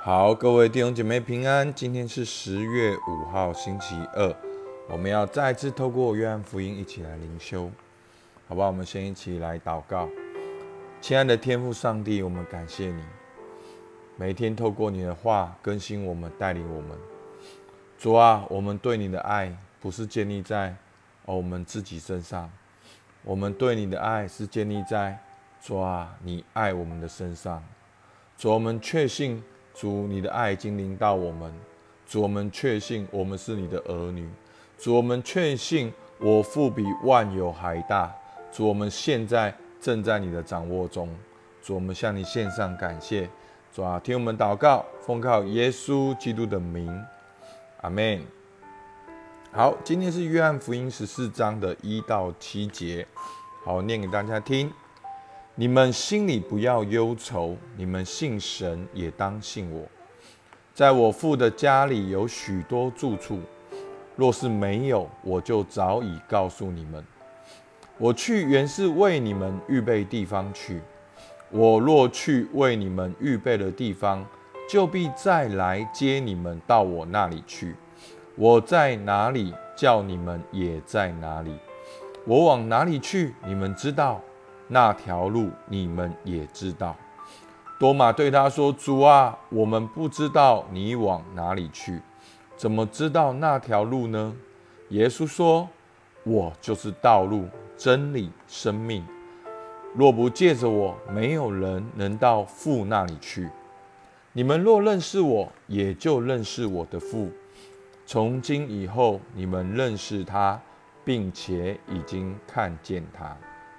好，各位弟兄姐妹平安。今天是10月5号，星期二，我们要再次透过约翰福音一起来灵修，好不好？我们先一起来祷告。亲爱的天父上帝，我们感谢你，每一天透过你的话更新我们，带领我们。主啊，我们对你的爱不是建立在我们自己身上，我们对你的爱是建立在主啊，你爱我们的身上。主，我们确信主你的爱已经临到我们。主，我们确信我们是你的儿女。主，我们确信我父比万有还大。主，我们现在正在你的掌握中。主，我们向你献上感谢。主啊，听我们祷告，奉靠耶稣基督的名，阿们。好，今天是约翰福音14章的1到7节，好，念给大家听。你们心里不要忧愁，你们信神也当信我。在我父的家里有许多住处，若是没有，我就早已告诉你们。我去原是为你们预备地方去。我若去为你们预备了地方，就必再来接你们到我那里去。我在哪里，叫你们也在哪里。我往哪里去，你们知道，那条路你们也知道。多马对他说：主啊，我们不知道你往哪里去，怎么知道那条路呢？耶稣说：我就是道路、真理、生命。若不借着我，没有人能到父那里去。你们若认识我，也就认识我的父。从今以后，你们认识他，并且已经看见他。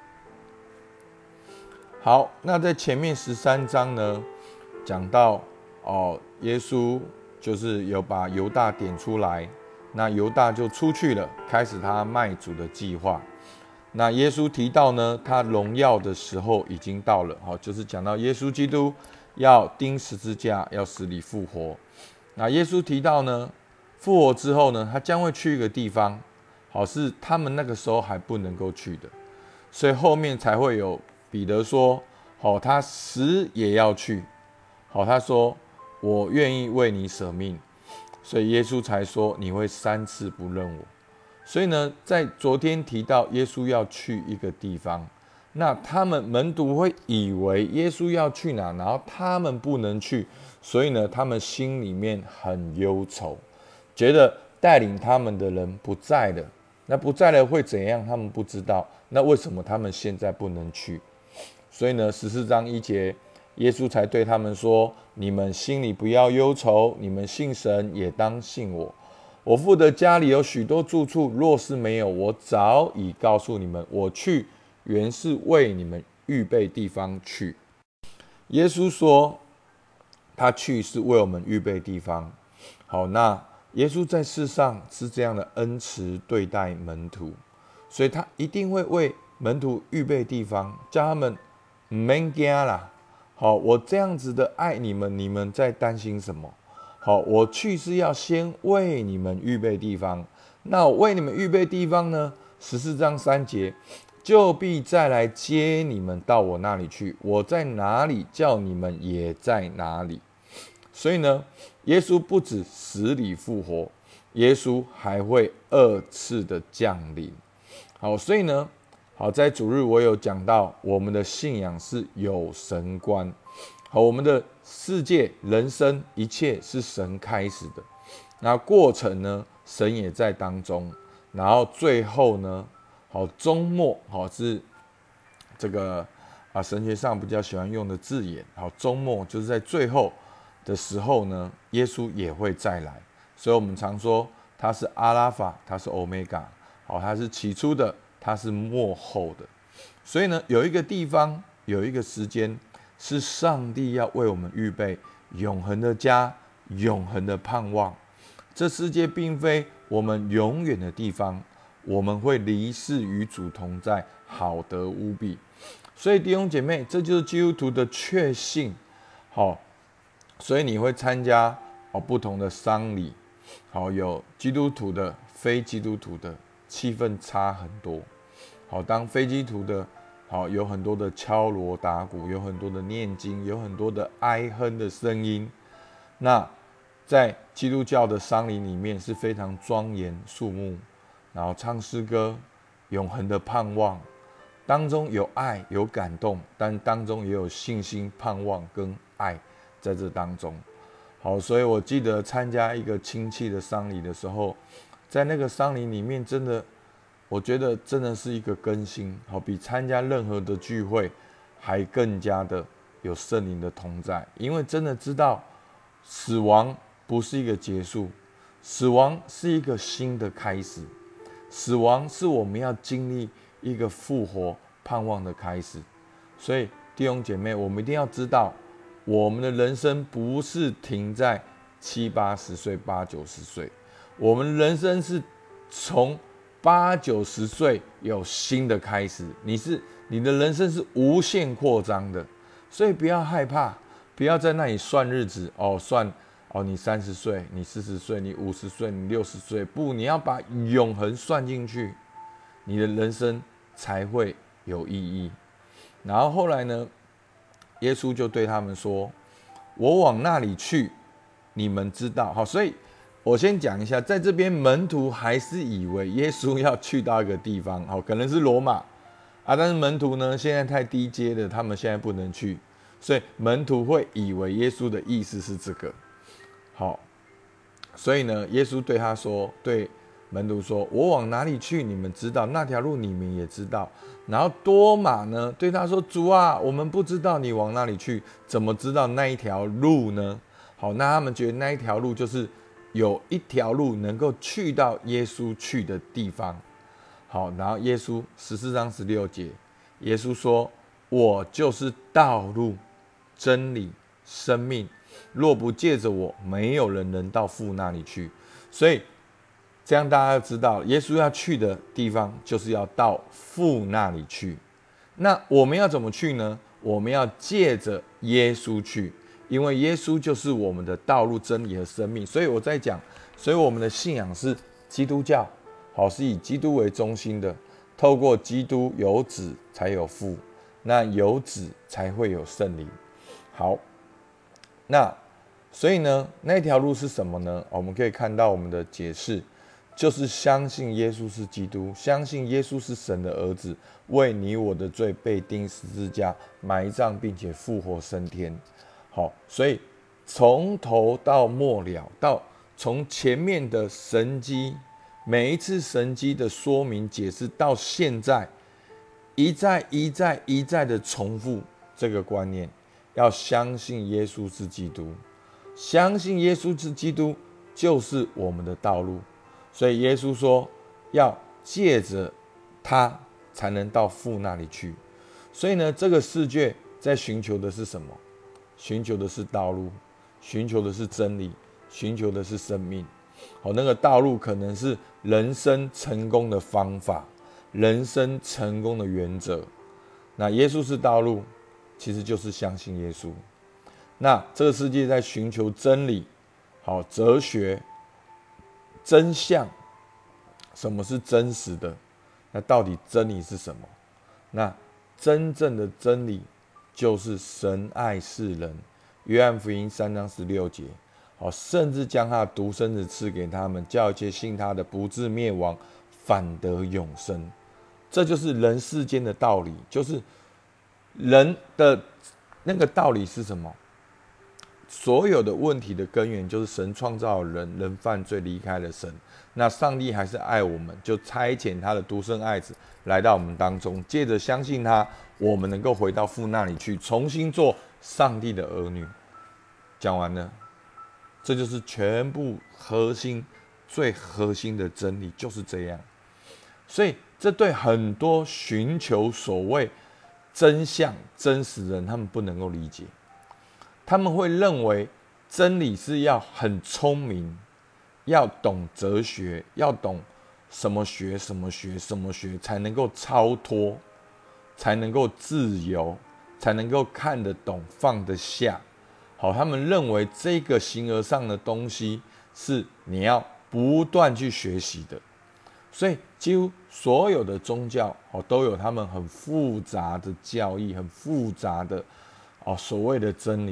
好，那在前面13章呢，讲到耶稣就是有把犹大点出来，那犹大就出去了，开始他卖主的计划。那耶稣提到呢，他荣耀的时候已经到了，就是讲到耶稣基督要钉十字架，要死里复活。那耶稣提到呢，复活之后呢，他将会去一个地方，是他们那个时候还不能够去的，所以后面才会有彼得说，他死也要去，他说我愿意为你舍命，所以耶稣才说你会3次不认我。所以呢，在昨天提到耶稣要去一个地方，那他们门徒会以为耶稣要去哪，然后他们不能去，所以呢，他们心里面很忧愁，觉得带领他们的人不在了。那不在了会怎样？他们不知道。那为什么他们现在不能去？所以呢，14章1节，耶稣才对他们说：你们心里不要忧愁，你们信神也当信我。我父的家里有许多住处，若是没有，我早已告诉你们。我去原是为你们预备地方去。耶稣说他去是为我们预备地方。好，那耶稣在世上是这样的恩慈对待门徒，所以他一定会为门徒预备地方，叫他们不免惊啦。好，我这样子的爱你们，你们在担心什么？好，我去是要先为你们预备地方。那我为你们预备地方呢？14章3节，就必再来接你们到我那里去。我在哪里，叫你们也在哪里。所以呢，耶稣不止死里复活，耶稣还会2次的降临。好，所以呢，在主日我有讲到，我们的信仰是有神观。好，我们的世界、人生，一切是神开始的。那过程呢，神也在当中。然后最后呢，终末，是这个神学上比较喜欢用的字眼。终末就是在最后的时候呢，耶稣也会再来。所以我们常说他是阿拉法，他是欧米伽，他是起初的，他是末后的。所以呢，有一个地方，有一个时间，是上帝要为我们预备永恒的家，永恒的盼望。这世界并非我们永远的地方，我们会离世与主同在，好得无比。所以弟兄姐妹，这就是基督徒的确信。所以你会参加不同的丧礼，有基督徒的、非基督徒的，气氛差很多。当非基督徒的，有很多的敲锣打鼓，有很多的念经，有很多的哀哼的声音。 那在基督教的丧礼里面是非常庄严肃穆，然后唱诗歌，永恒的盼望，当中有爱有感动，但当中也有信心盼望跟爱在这当中。好，所以我记得参加一个亲戚的丧礼的时候，在那个丧礼里面，真的，我觉得真的是一个更新，好，比参加任何的聚会还更加的有圣灵的同在，因为真的知道死亡不是一个结束，死亡是一个新的开始，死亡是我们要经历一个复活盼望的开始。所以弟兄姐妹，我们一定要知道，我们的人生不是停在70、80岁、80、90岁，我们人生是从80、90岁有新的开始。你的人生是无限扩张的，所以不要害怕，不要在那里算日子算你30岁，你40岁，你50岁，你60岁，不，你要把永恒算进去，你的人生才会有意义。然后后来呢，耶稣就对他们说：“我往那里去，你们知道。”好，所以我先讲一下，在这边门徒还是以为耶稣要去到一个地方，好，可能是罗马啊，但是门徒呢现在太低阶的，他们现在不能去，所以门徒会以为耶稣的意思是这个。好，所以呢，耶稣对门徒说：“我往哪里去，你们知道；那条路你们也知道。”然后多马呢对他说：“主啊，我们不知道你往哪里去，怎么知道那一条路呢？”好，那他们觉得那一条路就是有一条路能够去到耶稣去的地方。好，然后耶稣14章16节，耶稣说：“我就是道路、真理、生命。若不借着我，没有人能到父那里去。”所以这样大家就知道，耶稣要去的地方就是要到父那里去。那我们要怎么去呢？我们要借着耶稣去，因为耶稣就是我们的道路、真理和生命。所以我在讲，所以我们的信仰是基督教，好，是以基督为中心的。透过基督有子才有父，那有子才会有圣灵。好，那所以呢，那条路是什么呢？我们可以看到我们的解释，就是相信耶稣是基督，相信耶稣是神的儿子，为你我的罪被钉十字架，埋葬并且复活升天。好，所以从头到末了，到从前面的神迹，每一次神迹的说明解释，到现在一再的重复这个观念，要相信耶稣是基督，相信耶稣是基督就是我们的道路。所以耶稣说，要借着他才能到父那里去。所以呢，这个世界在寻求的是什么？寻求的是道路，寻求的是真理，寻求的是生命。好，那个道路可能是人生成功的方法，人生成功的原则。那耶稣是道路，其实就是相信耶稣。那这个世界在寻求真理，好，哲学、真相，什么是真实的？那到底真理是什么？那真正的真理就是神爱世人，约翰福音3章16节。好，甚至将他的独生子赐给他们，叫一切信他的不至灭亡，反得永生。这就是人世间的道理，就是人的那个道理是什么？所有的问题的根源就是神创造了人，人犯罪离开了神。那上帝还是爱我们，就差遣他的独生爱子来到我们当中，借着相信他，我们能够回到父那里去，重新做上帝的儿女。讲完了，这就是全部核心、最核心的真理，就是这样。所以这对很多寻求所谓真相、真实人，他们不能够理解。他们会认为真理是要很聪明，要懂哲学，要懂什么学才能够超脱，才能够自由，才能够看得懂放得下。好，他们认为这个形而上的东西是你要不断去学习的。所以几乎所有的宗教都有他们很复杂的教义，很复杂的所谓的真理。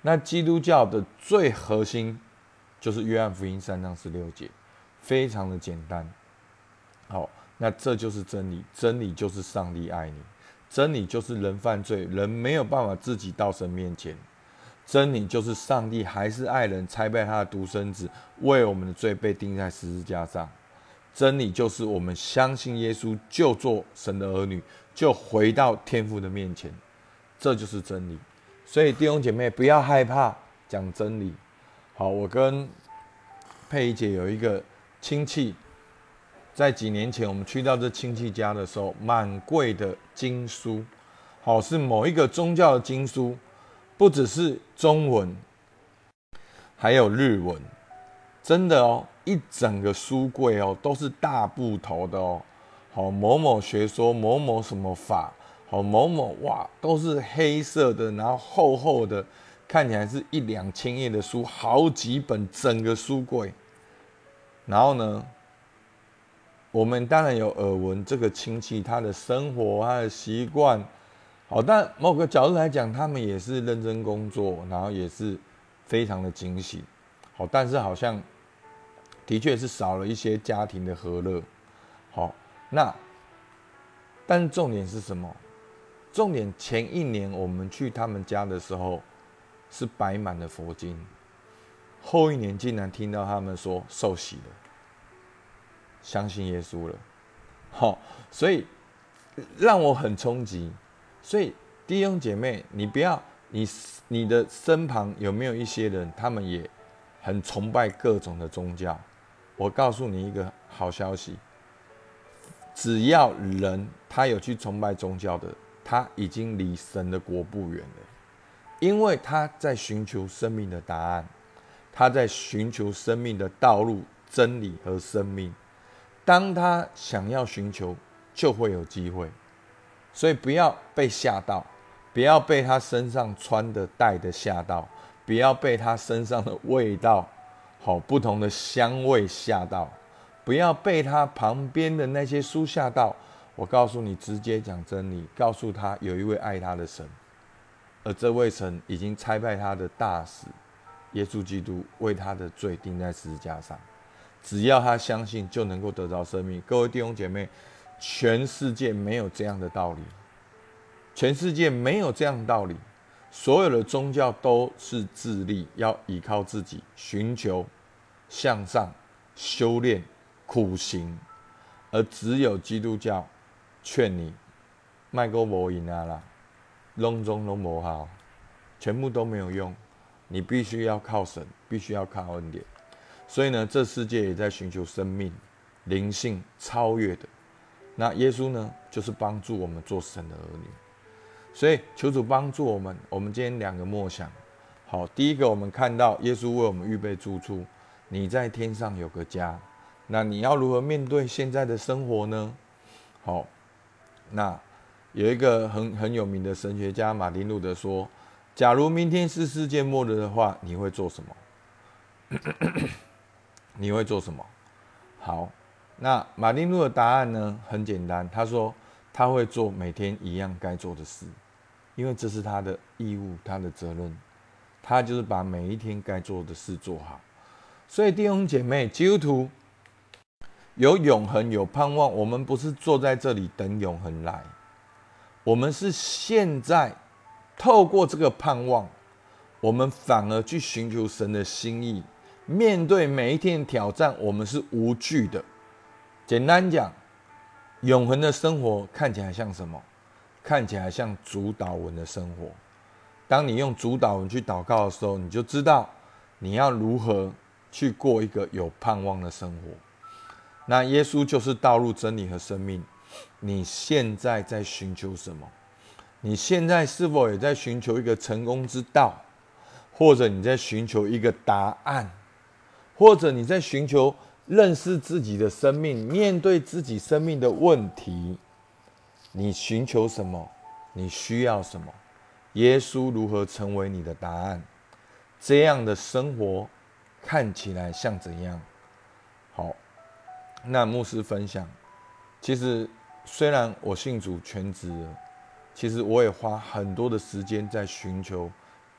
那基督教的最核心就是约翰福音3章16节，非常的简单。好，那这就是真理，真理就是上帝爱你，真理就是人犯罪，人没有办法自己到神面前。真理就是上帝还是爱人，差派他的独生子为我们的罪被钉在十字架上。真理就是我们相信耶稣就做神的儿女，就回到天父的面前，这就是真理。所以弟兄姐妹不要害怕讲真理。好，我跟佩仪姐有一个亲戚，在几年前我们去到这亲戚家的时候，满柜的经书，好，是某一个宗教的经书，不只是中文，还有日文，真的哦，一整个书柜哦都是大部头的哦。好，某某学说，某某什么法，好，某某哇，都是黑色的，然后厚厚的，看起来是1-2千页的书，好几本，整个书柜。然后呢，我们当然有耳闻这个亲戚他的生活、他的习惯，好，但某个角度来讲，他们也是认真工作，然后也是非常的惊喜。好，但是好像的确是少了一些家庭的和乐。好，但是重点是什么？重点前一年我们去他们家的时候，是摆满了佛经，后一年竟然听到他们说受洗了，相信耶稣了。好，所以让我很冲击。所以弟兄姐妹，你不要你的身旁有没有一些人，他们也很崇拜各种的宗教？我告诉你一个好消息，只要人他有去崇拜宗教的，他已经离神的国不远了，因为他在寻求生命的答案，他在寻求生命的道路、真理和生命。当他想要寻求，就会有机会。所以不要被吓到，不要被他身上穿的戴的吓到，不要被他身上的味道好不同的香味吓到，不要被他旁边的那些书吓到。我告诉你，直接讲真理，告诉他有一位爱他的神，而这位神已经差派他的大使耶稣基督为他的罪钉在十字架上，只要他相信，就能够得到生命。各位弟兄姐妹，全世界没有这样的道理，全世界没有这样的道理。所有的宗教都是自立，要依靠自己，寻求向上、修炼、苦行，而只有基督教劝你，卖个无赢啊啦，拢中拢无效，全部都没有用。你必须要靠神，必须要靠恩典。所以呢，这世界也在寻求生命、灵性超越的。那耶稣呢，就是帮助我们做神的儿女。所以求主帮助我们。我们今天2个默想。好，第一个，我们看到耶稣为我们预备住处，你在天上有个家。那你要如何面对现在的生活呢？好，那有一个很有名的神学家马丁路德说，假如明天是世界末日的话，你会做什么？你会做什么？好，那马丁路的答案呢，很简单，他说他会做每天一样该做的事，因为这是他的义务，他的责任，他就是把每一天该做的事做好。所以弟兄姐妹，基督徒有永恒，有盼望。我们不是坐在这里等永恒来，我们是现在透过这个盼望，我们反而去寻求神的心意。面对每一天的挑战，我们是无惧的。简单讲，永恒的生活看起来像什么？看起来像主祷文的生活。当你用主祷文去祷告的时候，你就知道你要如何去过一个有盼望的生活。那耶稣就是道路、真理和生命。你现在在寻求什么？你现在是否也在寻求一个成功之道？或者你在寻求一个答案？或者你在寻求认识自己的生命，面对自己生命的问题？你寻求什么？你需要什么？耶稣如何成为你的答案？这样的生活看起来像怎样？好，那牧师分享，其实虽然我信主全职了，其实我也花很多的时间在寻求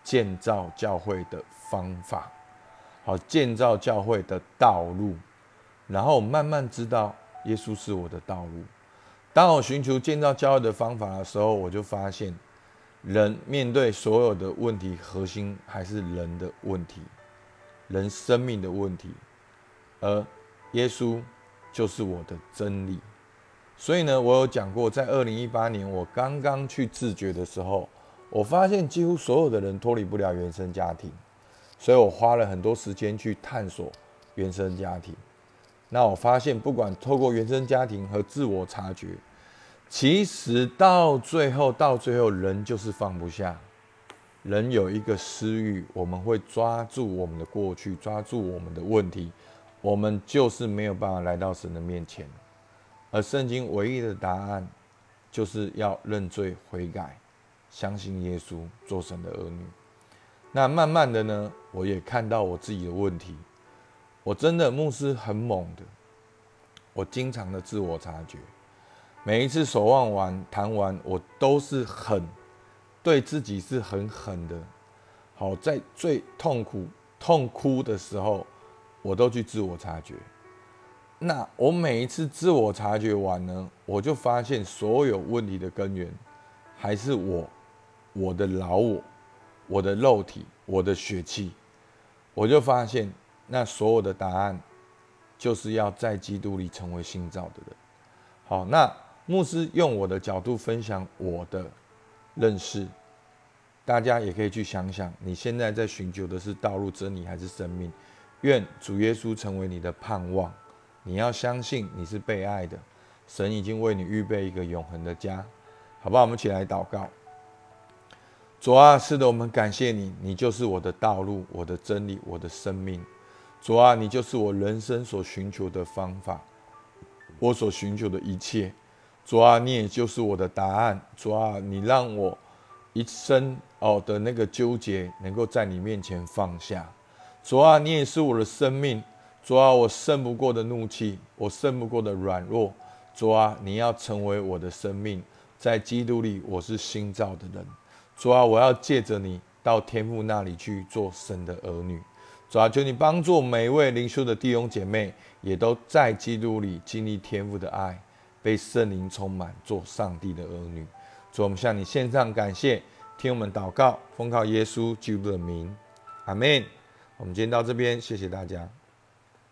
建造教会的方法，好，建造教会的道路。然后慢慢知道耶稣是我的道路。当我寻求建造教会的方法的时候，我就发现，人面对所有的问题，核心还是人的问题，人生命的问题。而耶稣就是我的真理。所以呢，我有讲过，在2018年我刚刚去自觉的时候，我发现几乎所有的人脱离不了原生家庭，所以我花了很多时间去探索原生家庭。那我发现，不管透过原生家庭和自我察觉，其实到最后，人就是放不下。人有一个私欲，我们会抓住我们的过去，抓住我们的问题，我们就是没有办法来到神的面前。而圣经唯一的答案，就是要认罪悔改，相信耶稣，做神的儿女。那慢慢的呢，我也看到我自己的问题。我真的牧师很猛的，我经常的自我察觉，每一次守望完谈完，我都是对自己是很狠的。好，在最痛哭的时候，我都去自我察觉。那我每一次自我察觉完呢，我就发现所有问题的根源还是我的老我的肉体，我的血气。我就发现那所有的答案就是要在基督里成为新造的人。好，那牧师用我的角度分享我的认识，大家也可以去想想，你现在在寻求的是道路、真理还是生命？愿主耶稣成为你的盼望。你要相信你是被爱的，神已经为你预备一个永恒的家，好不好？我们一起来祷告。主啊，是的，我们感谢你，你就是我的道路，我的真理，我的生命。主啊，你就是我人生所寻求的方法，我所寻求的一切。主啊，你也就是我的答案。主啊，你让我一生的那个纠结能够在你面前放下。主啊，你也是我的生命。主啊，我胜不过的怒气，我胜不过的软弱。主啊，你要成为我的生命，在基督里我是新造的人。主啊，我要借着你到天父那里去做神的儿女。主啊，求你帮助每一位灵修的弟兄姐妹，也都在基督里经历天父的爱，被圣灵充满，做上帝的儿女。主，我们向你献上感谢，听我们祷告，奉靠耶稣基督的名，阿们。我们今天到这边，谢谢大家。